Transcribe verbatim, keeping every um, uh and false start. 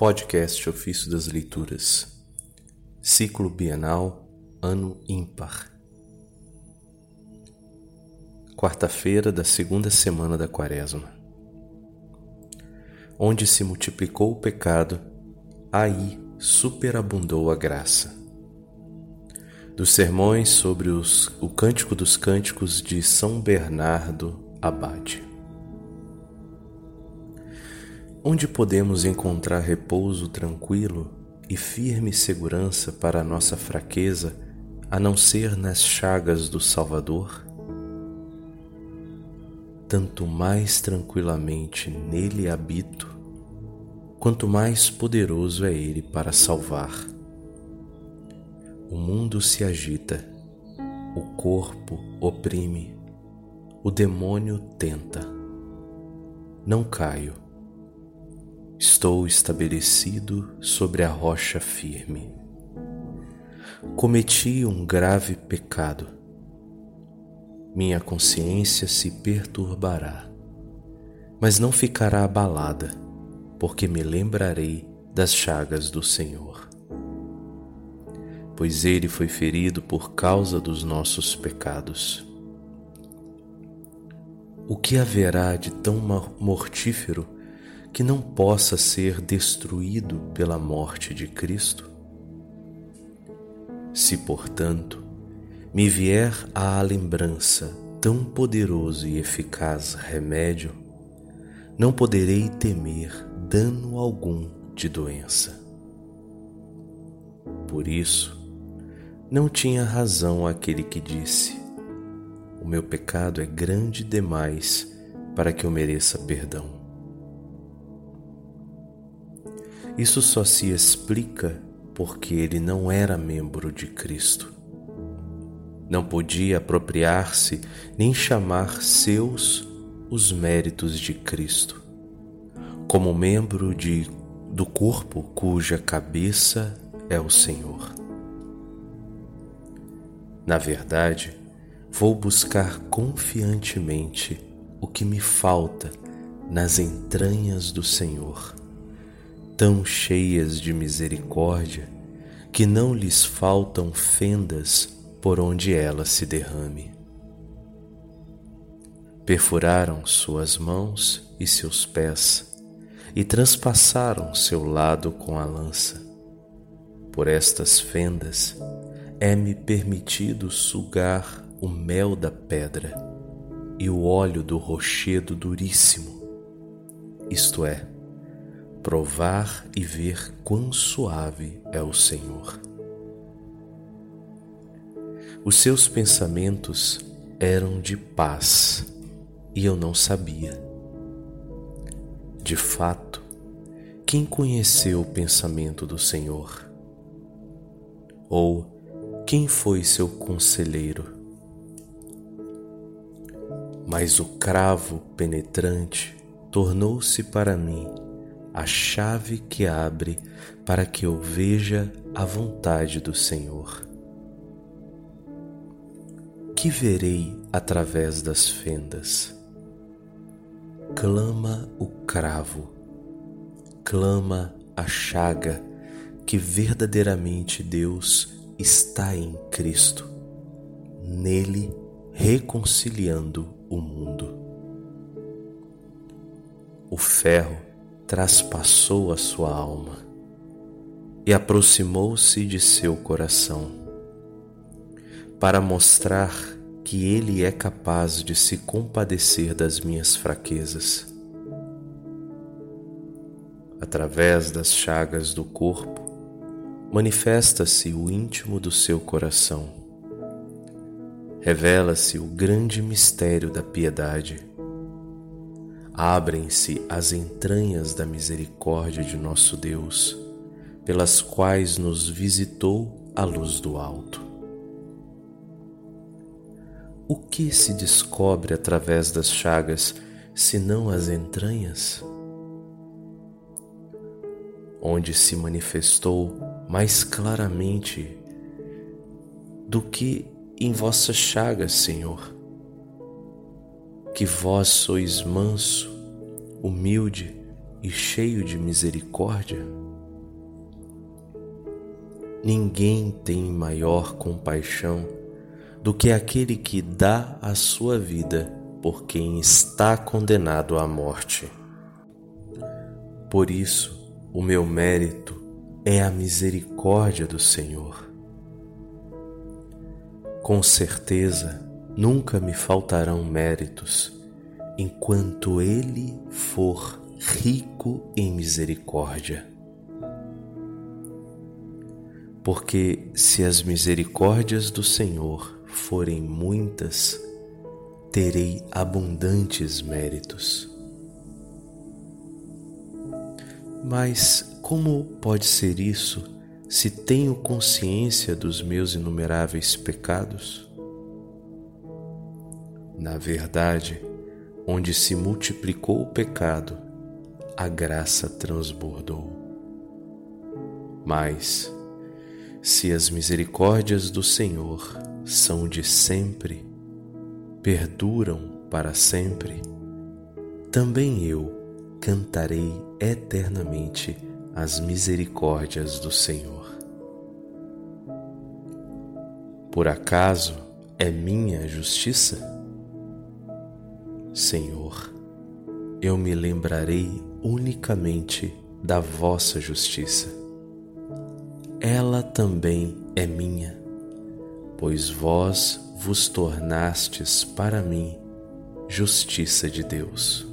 Podcast Ofício das Leituras, Ciclo Bienal, Ano Ímpar. Quarta-feira da segunda semana da Quaresma. Onde se multiplicou o pecado, aí superabundou a graça. Dos sermões sobre os, o Cântico dos Cânticos de São Bernardo Abade. Onde podemos encontrar repouso tranquilo e firme segurança para a nossa fraqueza, a não ser nas chagas do Salvador? Tanto mais tranquilamente nele habito, quanto mais poderoso é ele para salvar. O mundo se agita, o corpo oprime, o demônio tenta. Não caio. Estou estabelecido sobre a rocha firme. Cometi um grave pecado. Minha consciência se perturbará, mas não ficará abalada, porque me lembrarei das chagas do Senhor. Pois ele foi ferido por causa dos nossos pecados. O que haverá de tão mortífero que não possa ser destruído pela morte de Cristo? Se, portanto, me vier à lembrança tão poderoso e eficaz remédio, não poderei temer dano algum de doença. Por isso, não tinha razão aquele que disse: o meu pecado é grande demais para que eu mereça perdão. Isso só se explica porque ele não era membro de Cristo. Não podia apropriar-se nem chamar seus os méritos de Cristo, como membro de, do corpo cuja cabeça é o Senhor. Na verdade, vou buscar confiantemente o que me falta nas entranhas do Senhor, tão cheias de misericórdia que não lhes faltam fendas por onde ela se derrame. Perfuraram suas mãos e seus pés e transpassaram seu lado com a lança. Por estas fendas é-me permitido sugar o mel da pedra e o óleo do rochedo duríssimo, isto é, provar e ver quão suave é o Senhor. Os seus pensamentos eram de paz, e eu não sabia. De fato, quem conheceu o pensamento do Senhor? Ou quem foi seu conselheiro? Mas o cravo penetrante tornou-se para mim a chave que abre para que eu veja a vontade do Senhor. Que verei através das fendas? Clama o cravo, clama a chaga que verdadeiramente Deus está em Cristo, nele reconciliando o mundo. O ferro traspassou a sua alma e aproximou-se de seu coração, para mostrar que ele é capaz de se compadecer das minhas fraquezas. Através das chagas do corpo, manifesta-se o íntimo do seu coração. Revela-se o grande mistério da piedade. Abrem-se as entranhas da misericórdia de nosso Deus, pelas quais nos visitou a luz do alto. O que se descobre através das chagas, senão as entranhas? Onde se manifestou mais claramente do que em vossas chagas, Senhor, que vós sois manso, humilde e cheio de misericórdia? ninguém tem maior compaixão do que aquele que dá a sua vida por quem está condenado à morte. Por isso, o meu mérito é a misericórdia do Senhor. Com certeza, nunca me faltarão méritos, enquanto Ele for rico em misericórdia. Porque se as misericórdias do Senhor forem muitas, terei abundantes méritos. Mas como pode ser isso se tenho consciência dos meus inumeráveis pecados? Na verdade, onde se multiplicou o pecado, a graça transbordou. Mas, se as misericórdias do Senhor são de sempre, perduram para sempre, também eu cantarei eternamente as misericórdias do Senhor. Por acaso é minha justiça? Senhor, eu me lembrarei unicamente da vossa justiça. Ela também é minha, pois vós vos tornastes para mim justiça de Deus.